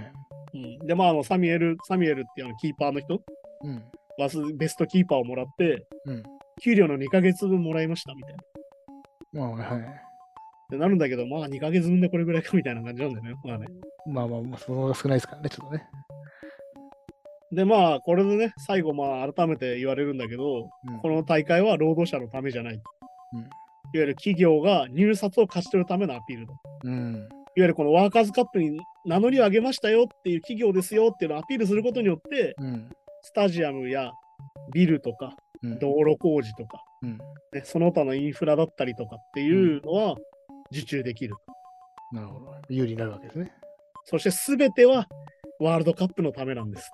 で、まあサミュエルっていうキーパーの人、ベストキーパーをもらって、給料の2ヶ月分もらいましたみたいな。まあはい。 ってなるんだけど、まあ2ヶ月分でこれぐらいかみたいな感じなんだよね。まあね。 まあ、その方が少ないですからね、ちょっとね。 で、まあ、これでね、最後、まあ、改めて言われるんだけど、この大会は労働者のためじゃない。いわゆる企業が入札を勝ち取るためのアピールだ。いわゆるこのワーカーズカップに名乗りを上げましたよっていう企業ですよっていうのをアピールすることによって、スタジアムやビルとか、道路工事とか、ね、その他のインフラだったりとかっていうのは受注できる。 なるほど。有利になるわけですね。 そして全てはワールドカップのためなんです。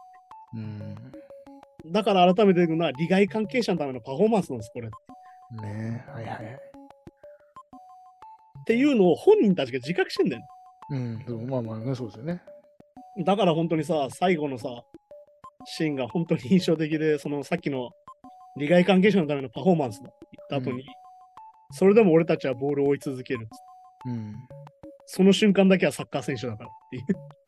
だから改めて言うのは、利害関係者のためのパフォーマンスなんです、これ。 ねえ、はいはいはい。 っていうのを本人たちが自覚してんだよね。まあまあね、そうですよね。 だから本当にさ、最後のさ、シーンが本当に印象的で、そのさっきの利害関係者のためのパフォーマンスだって言った後に、それでも俺たちはボールを追い続けるっつって。その瞬間だけはサッカー選手だからっていう。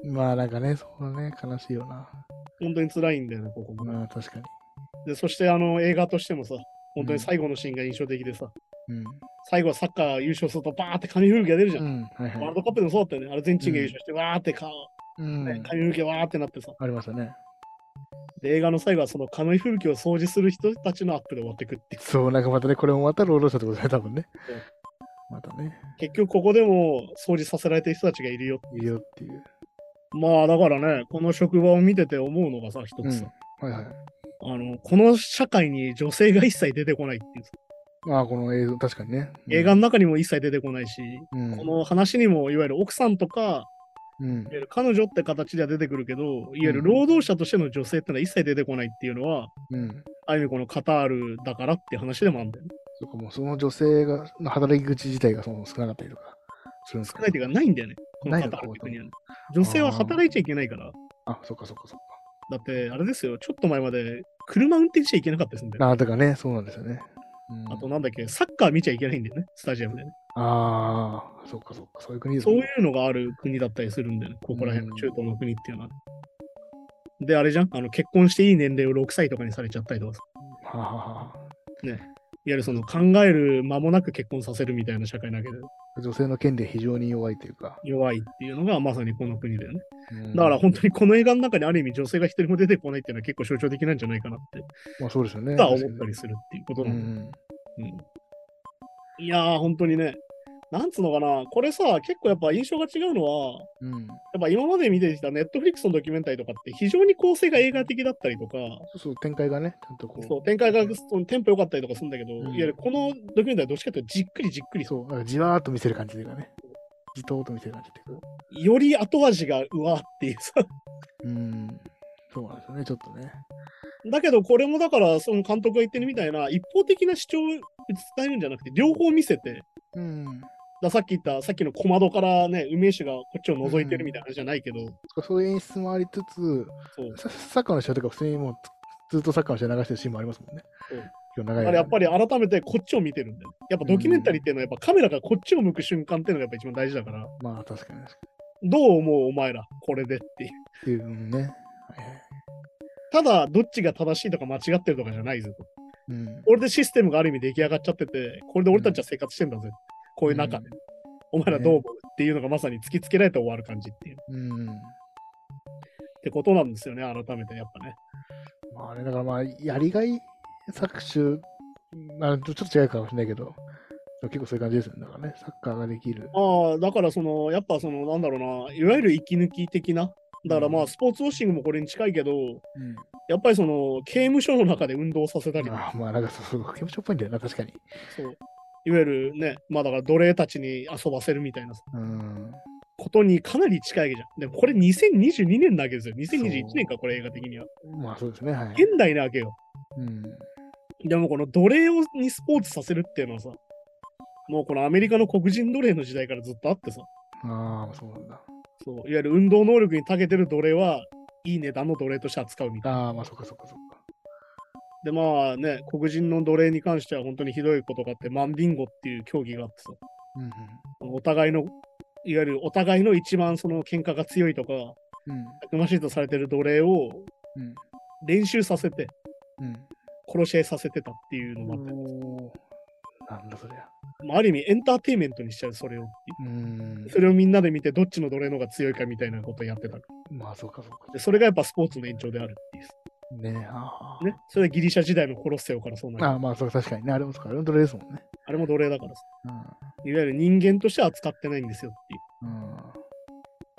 まあなんかね、そうね、悲しいよな。 本当に辛いんだよね、ここも。 まあ確かに。 で、そして映画としてもさ、本当に最後のシーンが印象的でさ、最後はサッカー優勝するとバーって紙吹雪が出るじゃん。ワールドカップでもそうだったよね。アルゼンチンが優勝して、わーって紙吹雪がわーってなってさ。 ありましたね。 で、映画の最後はその紙吹雪を掃除する人たちのアップで終わってくっていう。 そう、なんかまたね、これもまた労働者ってことだね、多分ね。またね。 結局ここでも掃除させられてる人たちがいるよいるよっていう。 まあだからね、この職場を見てて思うのがさ、一つさ、この社会に女性が一切出てこないっていうさ。 まあこの映像、確かにね。 映画の中にも一切出てこないし、この話にもいわゆる奥さんとか、いわゆる彼女って形では出てくるけど、いわゆる労働者としての女性ってのは一切出てこないっていうのは、ある意味このカタールだからっていう話でもあるんだよね。 そうか、もうその女性が、働き口自体がその少なかったりとかするんですか。 少ないっていうかないんだよね。このカタールって国はね。女性は働いちゃいけないから。 あ、そっかそっかそっか。 だって、あれですよ、ちょっと前まで車運転しちゃいけなかったですんだよ。 あ、だからね、そうなんですよね。 あとなんだっけ、サッカー見ちゃいけないんだよね、スタジアムでね。 ああ、そっかそっか、そういう国ですね。そういうのがある国だったりするんだよね、ここら辺の中東の国っていうのは。で、あれじゃん、結婚していい年齢を6歳とかにされちゃったりとかさ。はははね。いわゆるその考える間もなく結婚させるみたいな社会なわけで。 女性の権利非常に弱いというか。 弱いっていうのがまさにこの国だよね。だから本当にこの映画の中にある意味女性が一人も出てこないっていうのは結構象徴的なんじゃないかなって。 まあそうですよね。 思ったりするっていうことなんだ。いやー、本当にね、なんつうのかな、これさ、結構やっぱ印象が違うのは、やっぱ今まで見てきたネットフリックスのドキュメンタリーとかって非常に構成が映画的だったりとか、 そう展開がね、ちゃんとこう。 そう、展開がテンポ良かったりとかするんだけど、いわゆるこのドキュメンタリーはどっちかというとじっくりじっくり。 そう、なんかじわーっと見せる感じでね。じとーっと見せる感じで。より後味がうわっていうさ。 そうなんですよね、ちょっとね。 だけど、これもだから、その監督が言ってるみたいな、一方的な主張を伝えるんじゃなくて、両方見せて、さっきの小窓からね、梅酒がこっちを覗いてるみたいな話じゃないけど、 そういう演出もありつつ、サッカーの試合とか普通にもうずっとサッカーの試合流してるシーンもありますもんね。 だからやっぱり改めてこっちを見てるんだよ。やっぱドキュメンタリーっていうのはやっぱカメラがこっちを向く瞬間っていうのがやっぱ一番大事だから。 まあ確かに。 どう思うお前ら、これでっていう。ね。ただ、どっちが正しいとか間違ってるとかじゃないぜと。これでシステムがある意味出来上がっちゃってて、これで俺たちは生活してんだぜ。こういう中で。お前らどう思うっていうのがまさに突きつけられて終わる感じっていう。ってことなんですよね、改めてやっぱね。 まあね、だからまあ、やりがい搾取、ちょっと違うかもしれないけど、結構そういう感じですよね。だからね、サッカーができる。 だからやっぱなんだろうな、いわゆる息抜き的な。だからまあ、スポーツウォッシングもこれに近いけど、やっぱり刑務所の中で運動させたり。 まあ、なんかそう、刑務所っぽいんだよな、確かに。 そう。いわゆるね、まあだから奴隷たちに遊ばせるみたいなことにかなり近いわけじゃん。でもこれ2022年なわけですよ。2021年か、これ映画的には。 まあそうですね、はい。 現代なわけよ。でもこの奴隷にスポーツさせるっていうのはさ、もうこのアメリカの黒人奴隷の時代からずっとあってさ。 ああ、そうなんだ。 そう、いわゆる運動能力に長けてる奴隷はいい値段の奴隷として扱うみたいな。 ああ、まあそっかそっかそっか。 でまあね、黒人の奴隷に関しては本当にひどいことがあって、マンビンゴっていう競技があってさ、お互いの、いわゆるお互いの一番その喧嘩が強いとか、たくましいとされてる奴隷を練習させて、殺し合いさせてたっていうのもあったんです。 なんだそりゃ。 ある意味エンターテインメントにしちゃう、それを。それをみんなで見て、どっちの奴隷の方が強いかみたいなことをやってた。 まあそうかそうか。 でそれがやっぱスポーツの延長であるっていう。 ねそれはギリシャ時代のコロッセオからそうなる。 まあそう、確かにね。あれもそうか。あれも奴隷ですもんね。 あれも奴隷だからさ。いわゆる人間としては扱ってないんですよっていう。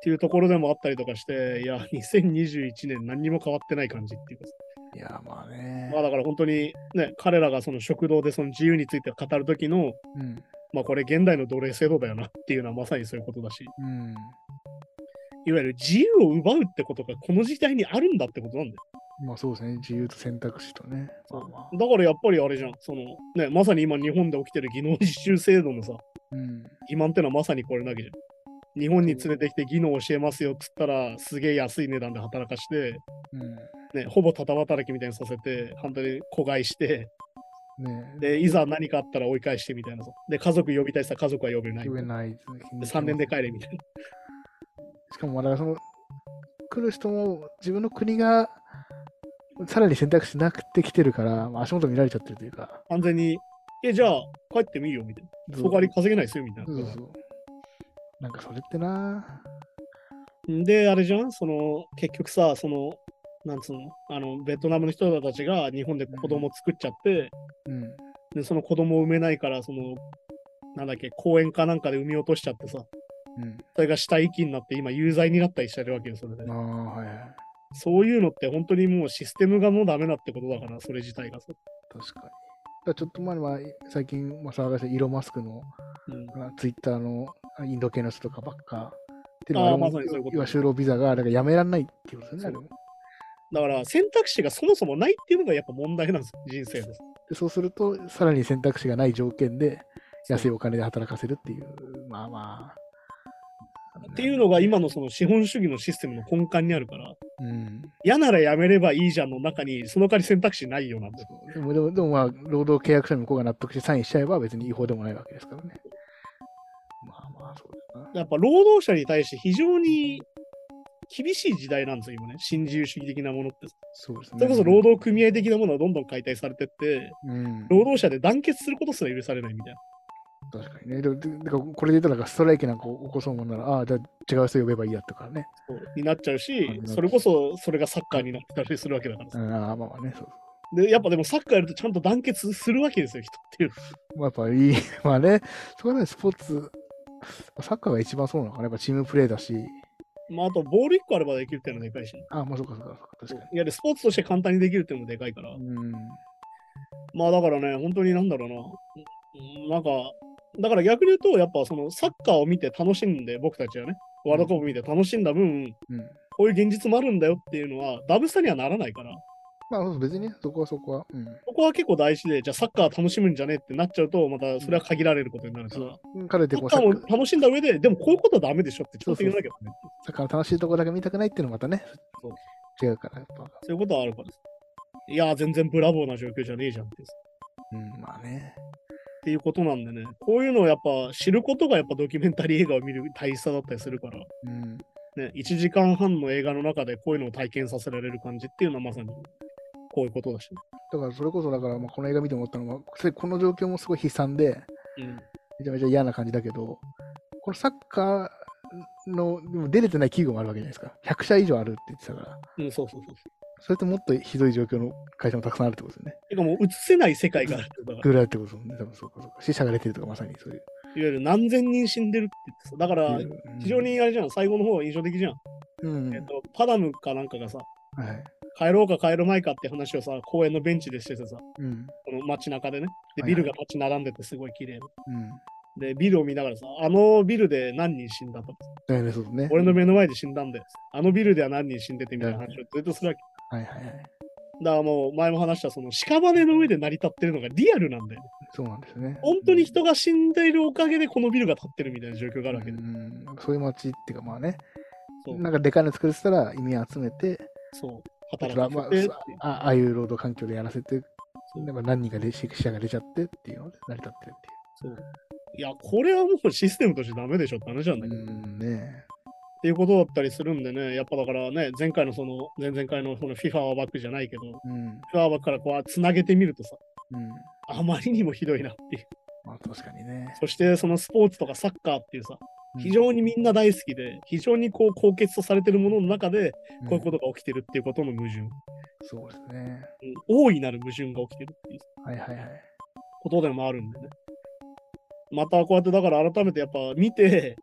っていうところでもあったりとかして、いや、2021年何にも変わってない感じっていうか。 いや、まあね。 まあだから本当にね、彼らがその食堂でその自由について語るときの、まあこれ現代の奴隷制度だよなっていうのはまさにそういうことだし、いわゆる自由を奪うってことがこの時代にあるんだってことなんだよ。 まあそうですね、自由と選択肢とね。 だからやっぱりあれじゃん、そのね、まさに今日本で起きてる技能実習制度のさ、今ってのはまさにこれだけじゃん。日本に連れてきて技能を教えますよっつったら、すげえ安い値段で働かして、ね、ほぼただ働きみたいにさせて、本当に子飼いして、で、いざ何かあったら追い返してみたいなさ。で、家族呼びたいさ、家族は呼べない。 呼べないで 3年で帰れみたいな。 しかも、まだその、来る人も自分の国がさらに選択肢なくて来てるから、足元見られちゃってるというか。 完全に、じゃあ帰ってもいいよみたいな。そこ代わり稼げないですよみたいな。 なんかそれってな。 で、あれじゃんその、結局さ、その、なんつうの、ベトナムの人たちが日本で子供を作っちゃって、で、その子供を産めないから、その、なんだっけ、公園かなんかで産み落としちゃってさ、それが死体遺棄になって今有罪になったりしてるわけよ、それで。そういうのって本当にもうシステムがもうダメだってことだから、それ自体がさ。 確かに。だちょっと前は最近、騒がせイーロン・マスクの、ツイッターのインド系の人とかばっか。っていうのは、まさにそういうこと。就労ビザがやめられないっていうことですね。 だから選択肢がそもそもないっていうのがやっぱ問題なんですよ、人生です。 でそうすると、さらに選択肢がない条件で、安いお金で働かせるっていう、まあまあ。 っていうのが今のその資本主義のシステムの根幹にあるから、嫌ならやめればいいじゃんの中に、その代わり選択肢ないよなんだよ。 でもまあ、労働契約書に向こうが納得してサインしちゃえば別に違法でもないわけですからね。まあまあ、そうですな。 やっぱ労働者に対して非常に厳しい時代なんですよ、今ね。新自由主義的なものって。 そうですね。 それこそ労働組合的なものはどんどん解体されてって、労働者で団結することすら許されないみたいな。 確かにね。でこれで言ったらストライキなんか起こそうもんなら、じゃあ違う人呼べばいいやとかね。 になっちゃうし、それこそそれがサッカーになってたりするわけだからさ。 まあまあね、そう。 で、やっぱでもサッカーやるとちゃんと団結するわけですよ、人っていう。 まあやっぱいい、まあね、そこはね、スポーツ、サッカーが一番そうなのかな、やっぱチームプレーだし。 まああと、ボール1個あればできるっていうのはでかいし、ね。 まあそうかそうか、確かに。 いや、スポーツとして簡単にできるっていうのもでかいから。まあだからね、本当になんだろうな。なんか、だから逆に言うと、やっぱそのサッカーを見て楽しんで、僕たちはね、ワールドカップ見て楽しんだ分、こういう現実もあるんだよっていうのは、ダブスタにはならないから。 まあ別にそこは。そこは結構大事で、じゃあサッカー楽しむんじゃねってなっちゃうと、またそれは限られることになるから。 彼でサッカーも楽しんだ上で、でもこういうことはダメでしょってちょっと言わなきゃね。 サッカーの楽しいところだけ見たくないっていうのもまたね、違うから、やっぱ。 そういうことはあるから。いや、全然ブラボーな状況じゃねえじゃんって。 まあね。 っていうことなんでね、こういうのをやっぱ知ることがやっぱドキュメンタリー映画を見る大切さだったりするから、ね、1時間半の映画の中でこういうのを体験させられる感じっていうのはまさにこういうことだし、ね。 だからそれこそ、だからまあこの映画見て思ったのは、この状況もすごい悲惨で、めちゃめちゃ嫌な感じだけど、これサッカーのでも出れてない企業もあるわけじゃないですか。100社以上あるって言ってたから。 そう。 それってもっとひどい状況の会社もたくさんあるってことですよね。 てかもう映せない世界があるぐらいってことですもんね。多分そうか。死者が出てるとかまさにそういう。 いわゆる何千人死んでるって言ってさ、だから非常にあれじゃん、最後の方印象的じゃん。パダムかなんかがさ、帰ろうか帰る前かって話をさ、公園のベンチでしててさ、この街中でね、でビルが立ち並んでてすごい綺麗で、ビルを見ながらさ、あのビルで何人死んだと。俺の目の前で死んだんだよ。あのビルでは何人死んでてみたいな話をずっとするわけ。だからもう前も話したその屍の上で成り立ってるのがリアルなんだよね。 そうなんですね。 本当に人が死んでいるおかげでこのビルが建ってるみたいな状況があるわけで。 そういう街っていうかまあね、なんかでかいの作れてたら意味集めて、 働かせてああいう労働環境でやらせて、何人か死者が出ちゃってっていうので成り立ってるっていう。 いや、これはもうシステムとしてダメでしょって話なんだけど。っていうことだったりするんでね、やっぱだからね、前々回のその FIFA ワーバックじゃないけど、FIFA ワーバックからこうつなげてみるとさ、あまりにもひどいなっていう。 まあ確かにね。 そしてそのスポーツとかサッカーっていうさ、非常にみんな大好きで、非常にこう高潔とされてるものの中で、こういうことが起きてるっていうことの矛盾。 そうですね。 大いなる矛盾が起きてるっていう。ことでもあるんでね。またこうやってだから改めてやっぱ見て、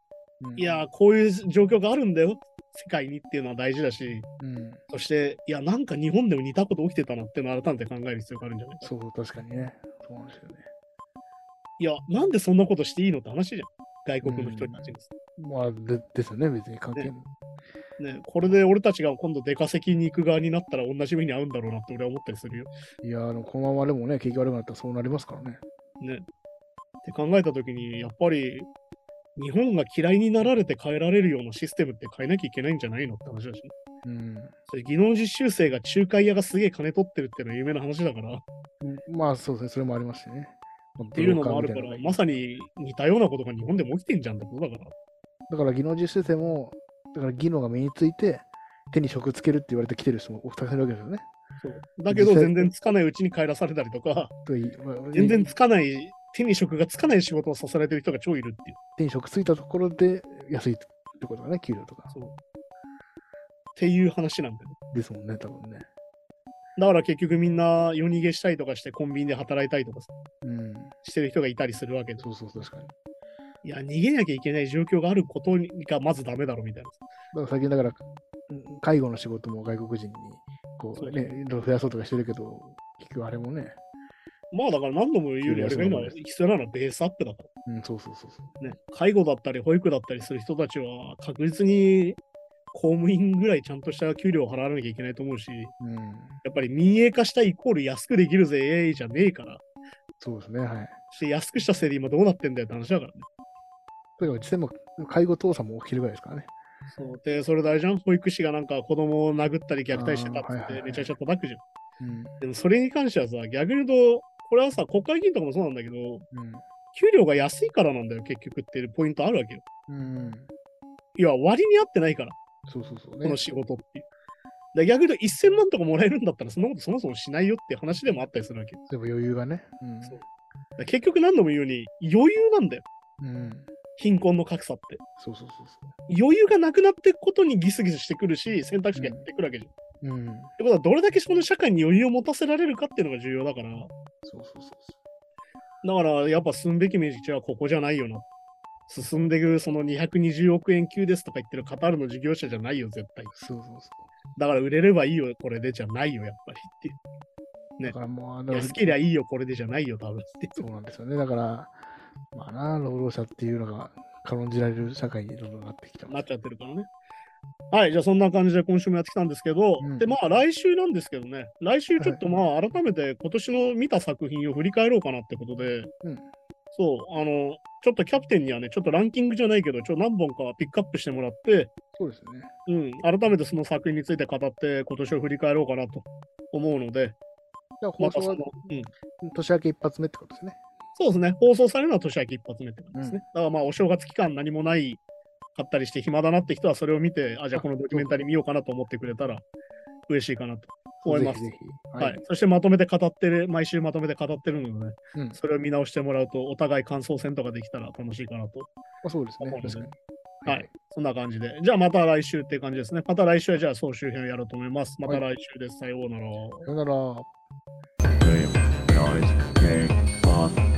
いや、こういう状況があるんだよ、世界にっていうのは大事だし、そして、いや、なんか日本でも似たこと起きてたなっていうのを改めて考える必要があるんじゃないか。 そう、確かにね。そうなんですよね。 いや、なんでそんなことしていいのって話じゃん。外国の人たちに。 まあ、ですよね、別に関係ない。 ね、これで俺たちが今度出稼ぎに行く側になったら同じ目に遭うんだろうなって俺は思ったりするよ。 いや、このままでもね、景気悪くなったらそうなりますからね。 ね。って考えたときに、やっぱり日本が嫌いになられて変えられるようなシステムって変えなきゃいけないんじゃないのって話だし、ね。それ技能実習生が仲介屋がすげえ金取ってるっていうのは有名な話だから。 まあそうですね、それもありますしね。 っていうのもあるから、まさに似たようなことが日本でも起きてんじゃんってことだから。 だから技能実習生も、だから技能が身について、手に職つけるって言われてきてる人もたくさんいるわけですよね。 そうだけど全然つかないうちに帰らされたりとか、全然つかない、手に職がつかない仕事をさせられてる人が超いるっていう。 手に職ついたところで安いってことだね、給料とか。 そうっていう話なんだよね。 ですもんね、多分ね。 だから結局みんな夜逃げしたりとかしてコンビニで働いたりとかしてる人がいたりするわけで。 そうそう、確かに。 いや、逃げなきゃいけない状況があることがまずダメだろみたいな。 だから最近だから、介護の仕事も外国人にこうね、いろいろ増やそうとかしてるけど、結局あれもね。 まあだから何度も言うより、俺が今必要なのはベースアップだから。 そうそうそうそう。 ね、介護だったり保育だったりする人たちは確実に公務員ぐらいちゃんとした給料を払わなきゃいけないと思うし、やっぱり民営化したイコール安くできるぜじゃねえから。 そうですね、はい。 して安くしたせいで今どうなってんだよって話だからね。 だから実際も介護倒産も起きるぐらいですからね。 そうで、それ大じゃん。保育士がなんか子供を殴ったり虐待してたってめちゃくちゃ叩くじゃん。でもそれに関してはさ、逆に言うと、これはさ、国会議員とかもそうなんだけど、給料が安いからなんだよ、結局っていうポイントあるわけよ。いや、割に合ってないから。 そうそうそう、 この仕事っていう。で逆に言うと1000万とかもらえるんだったらそんなことそもそもしないよっていう話でもあったりするわけ。 でも余裕がね。 そう結局何度も言うように余裕なんだよ。貧困の格差って。 そうそうそうそう。 余裕がなくなっていくことにギスギスしてくるし、選択肢がやってくるわけじゃん。ってことは、どれだけその社会に余裕を持たせられるかっていうのが重要だから。 そうそうそう。 だから、やっぱ進むべき道はここじゃないよな。進んでいくその220億円級ですとか言ってるカタールの事業者じゃないよ、絶対。 そうそうそう。 だから売れればいいよ、これでじゃないよ、やっぱりっていう。ね。 だからもう安けりゃいいよ、これでじゃないよ、多分って。 そうなんですよね。だから、まあな、労働者っていうのが軽んじられる社会にどんどんなってきた。 なっちゃってるからね。はい、じゃあそんな感じで今週もやってきたんですけど、で、まあ来週なんですけどね、来週ちょっとまあ改めて今年の見た作品を振り返ろうかなってことで、そう、ちょっとキャプテンにはね、ちょっとランキングじゃないけど、何本かピックアップしてもらって、 そうですね。 改めてその作品について語って今年を振り返ろうかなと思うので、 放送は、年明け一発目ってことですね。 そうですね。放送されるのは年明け一発目って感じですね。だからまあ、お正月期間何もないかったりして暇だなって人はそれを見て、じゃあこのドキュメンタリー見ようかなと思ってくれたら嬉しいかなと思います。 ぜひぜひ。 はい。そしてまとめて語ってる、毎週まとめて語ってるのでね、それを見直してもらうと、お互い感想戦とかできたら楽しいかなと。 そうですね。確かに。 はい。そんな感じで。じゃあまた来週って感じですね。また来週はじゃあ総集編をやろうと思います。また来週です。さようなら。 さようなら。